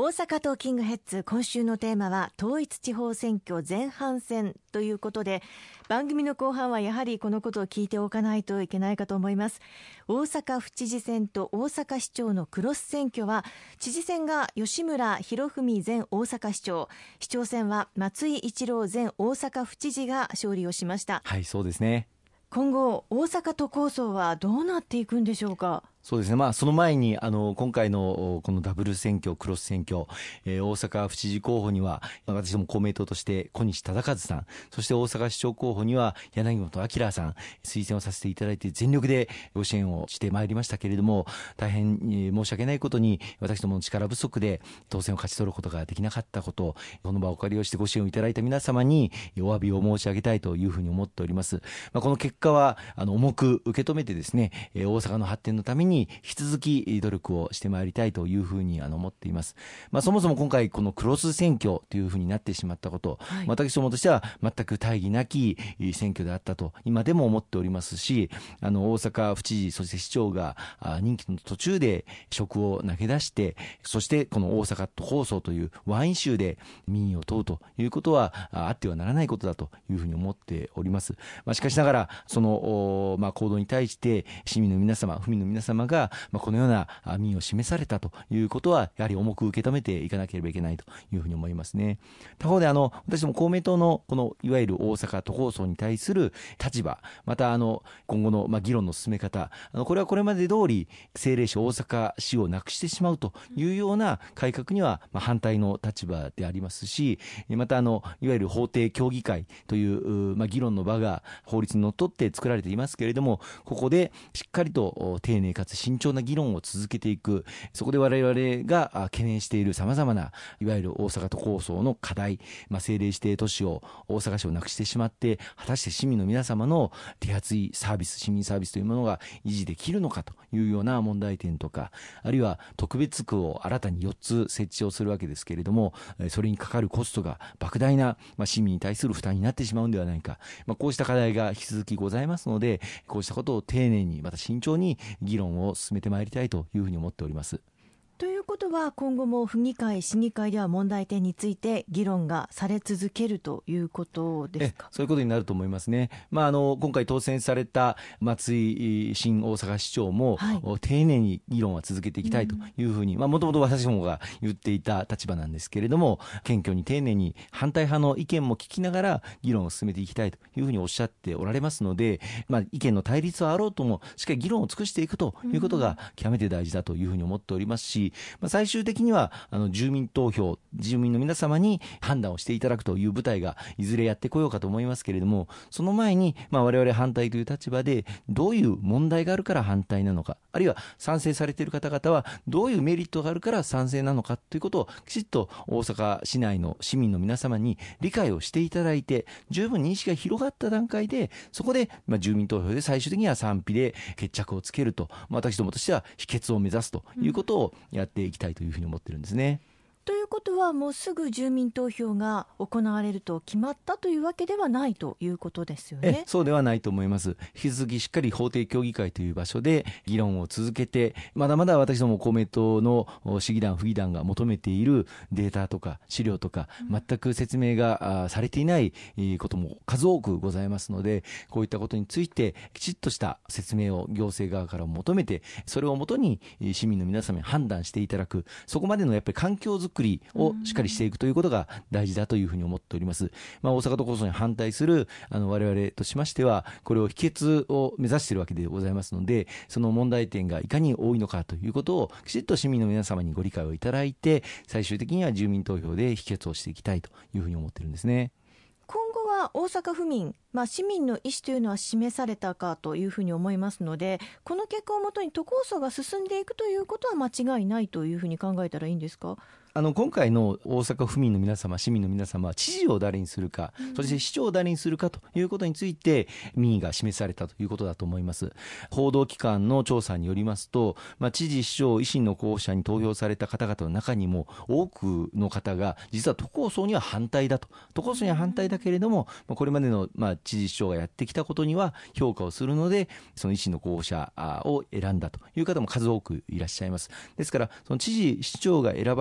大阪トーキングヘッズ、今週のテーマは統一地方選挙前半戦ということで、番組の後半はやはりこのことを聞いておかないといけないかと思います。大阪府知事選と大阪市長のクロス選挙は、知事選が吉村洋文前大阪市長、市長選は松井一郎前大阪府知事が勝利をしました。 はい、そうですね。 今後大阪都構想はどうなっていくんでしょうか。 そうですね。その前に今回のこのダブル選挙、クロス選挙、大阪府知事候補には私ども公明党として小西忠和さん、そして大阪市長候補には柳本明さん、推薦をさせていただいて全力でご支援をしてまいりましたけれども、大変申し訳ないことに私どもの力不足で当選を勝ち取ることができなかったこと、この場をお借りをしてご支援をいただいた皆様にお詫びを申し上げたいというふうに思っております。この結果は重く受け止めてですね、大阪の発展のために引き続き努力をしてまいりたいというふうに思っています。そもそも今回このクロス選挙というふうになってしまったこと、私どもとしては全く大義なき選挙であったと今でも思っておりますし、大阪府知事そして市長が任期の途中で職を投げ出して、そしてこの大阪都構想というワイン州で民意を問うということはあってはならないことだというふうに思っております。しかしながらその行動に対して市民の皆様、府民の皆様がこのような民意を示されたということはやはり重く受け止めていかなければいけないというふうに思いますね。他方で私ども公明党のこのいわゆる大阪都構想に対する立場、また今後の議論の進め方、これはこれまで通り政令市大阪市をなくしてしまうというような改革には反対の立場でありますし、またいわゆる法定協議会という議論の場が法律にのっとって作られていますけれども、ここでしっかりと丁寧かつ慎重な議論を続けていく。そこで我々が懸念している様々ないわゆる大阪都構想の課題、政令指定都市を大阪市をなくしてしまって、果たして市民の皆様の手厚いサービス、市民サービスというものが維持できるのかというような問題点とか、あるいは特別区を新たに4つ設置をするわけですけれども、それにかかるコストが莫大な市民に対する負担になってしまうんではないか、こうした課題が引き続きございますので、こうしたことを丁寧にまた慎重に議論を進めてまいりたいというふうに思っております。 ということは今後も府議会、市議会では問題点について議論がされ続けるということですか。 そういうことになると思いますね。今回当選された松井新大阪市長も、丁寧に議論は続けていきたいというふうに、もともと私どもが言っていた立場なんですけれども、謙虚に丁寧に反対派の意見も聞きながら議論を進めていきたいというふうにおっしゃっておられますので、意見の対立はあろうともしっかり議論を尽くしていくということが極めて大事だというふうに思っておりますし、最終的には住民投票、住民の皆様に判断をしていただくという舞台がいずれやってこようかと思いますけれども、その前に我々反対という立場でどういう問題があるから反対なのか、あるいは賛成されている方々はどういうメリットがあるから賛成なのかということをきちっと大阪市内の市民の皆様に理解をしていただいて、十分認識が広がった段階でそこで住民投票で最終的には賛否で決着をつけると、私どもとしては否決を目指すということをやっていきたいというふうに思ってるんですね。 ということはもうすぐ住民投票が行われると決まったというわけではないということですよね。 そうではないと思います。引き続きしっかり法定協議会という場所で議論を続けて、まだまだ私ども公明党の市議団府議団が求めているデータとか資料とか全く説明がされていないことも数多くございますので、こういったことについてきちっとした説明を行政側から求めて、それをもとに市民の皆様に判断していただく、そこまでのやっぱり環境づくりをしっかりしていくということが大事だというふうに思っております。大阪都構想に反対する我々としましては、これを否決を目指しているわけでございますので、その問題点がいかに多いのかということをきちっと市民の皆様にご理解をいただいて、最終的には住民投票で否決をしていきたいというふうに思っているんですね。 今後は大阪府民、市民の意思というのは示されたかというふうに思いますので、この結果をもとに都構想が進んでいくということは間違いないというふうに考えたらいいんですか。 今回の大阪府民の皆様、市民の皆様は知事を誰にするか、そして市長を誰にするかということについて民意が示されたということだと思います。報道機関の調査によりますと、知事、市長、維新の候補者に投票された方々の中にも多くの方が実は都構想には反対だと、都構想には反対だけれども、これまでの知事、市長がやってきたことには評価をするので、その維新の候補者を選んだという方も数多くいらっしゃいます。ですからその知事、市長が選ばれたと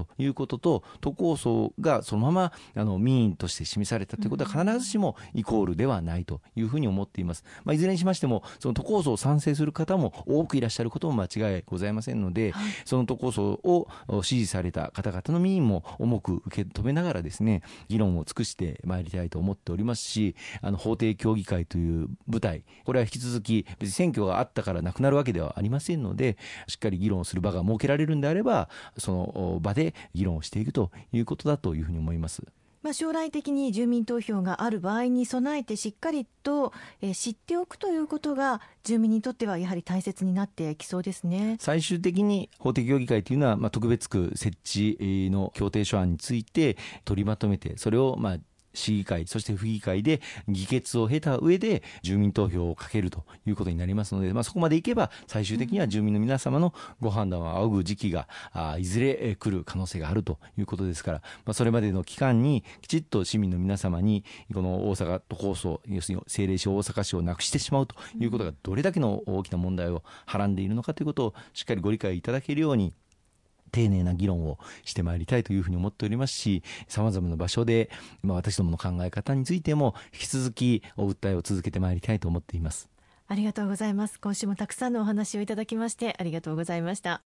ということと、都構想がそのまま民意として示されたということは必ずしもイコールではないというふうに思っています。いずれにしましてもその都構想を賛成する方も多くいらっしゃることも間違いございませんので、その都構想を支持された方々の民意も重く受け止めながらですね、議論を尽くしてまいりたいと思っておりますし、法定協議会という舞台、これは引き続き別に選挙があったからなくなるわけではありませんので、しっかり議論する場が設けられるんであれば、その場で議論をしていくということだというふうに思います。 将来的に住民投票がある場合に備えてしっかりと知っておくということが住民にとってはやはり大切になってきそうですね。 最終的に法的協議会というのは、特別区設置の協定書案について取りまとめて、それを市議会そして府議会で議決を経た上で住民投票をかけるということになりますので、そこまでいけば最終的には住民の皆様のご判断を仰ぐ時期がいずれ来る可能性があるということですから、それまでの期間にきちっと市民の皆様にこの大阪都構想、要するに政令市大阪市をなくしてしまうということがどれだけの大きな問題をはらんでいるのかということをしっかりご理解いただけるように丁寧な議論をしてまいりたいというふうに思っておりますし、様々な場所で、私どもの考え方についても引き続きお訴えを続けてまいりたいと思っています。 ありがとうございます。今週もたくさんのお話をいただきましてありがとうございました。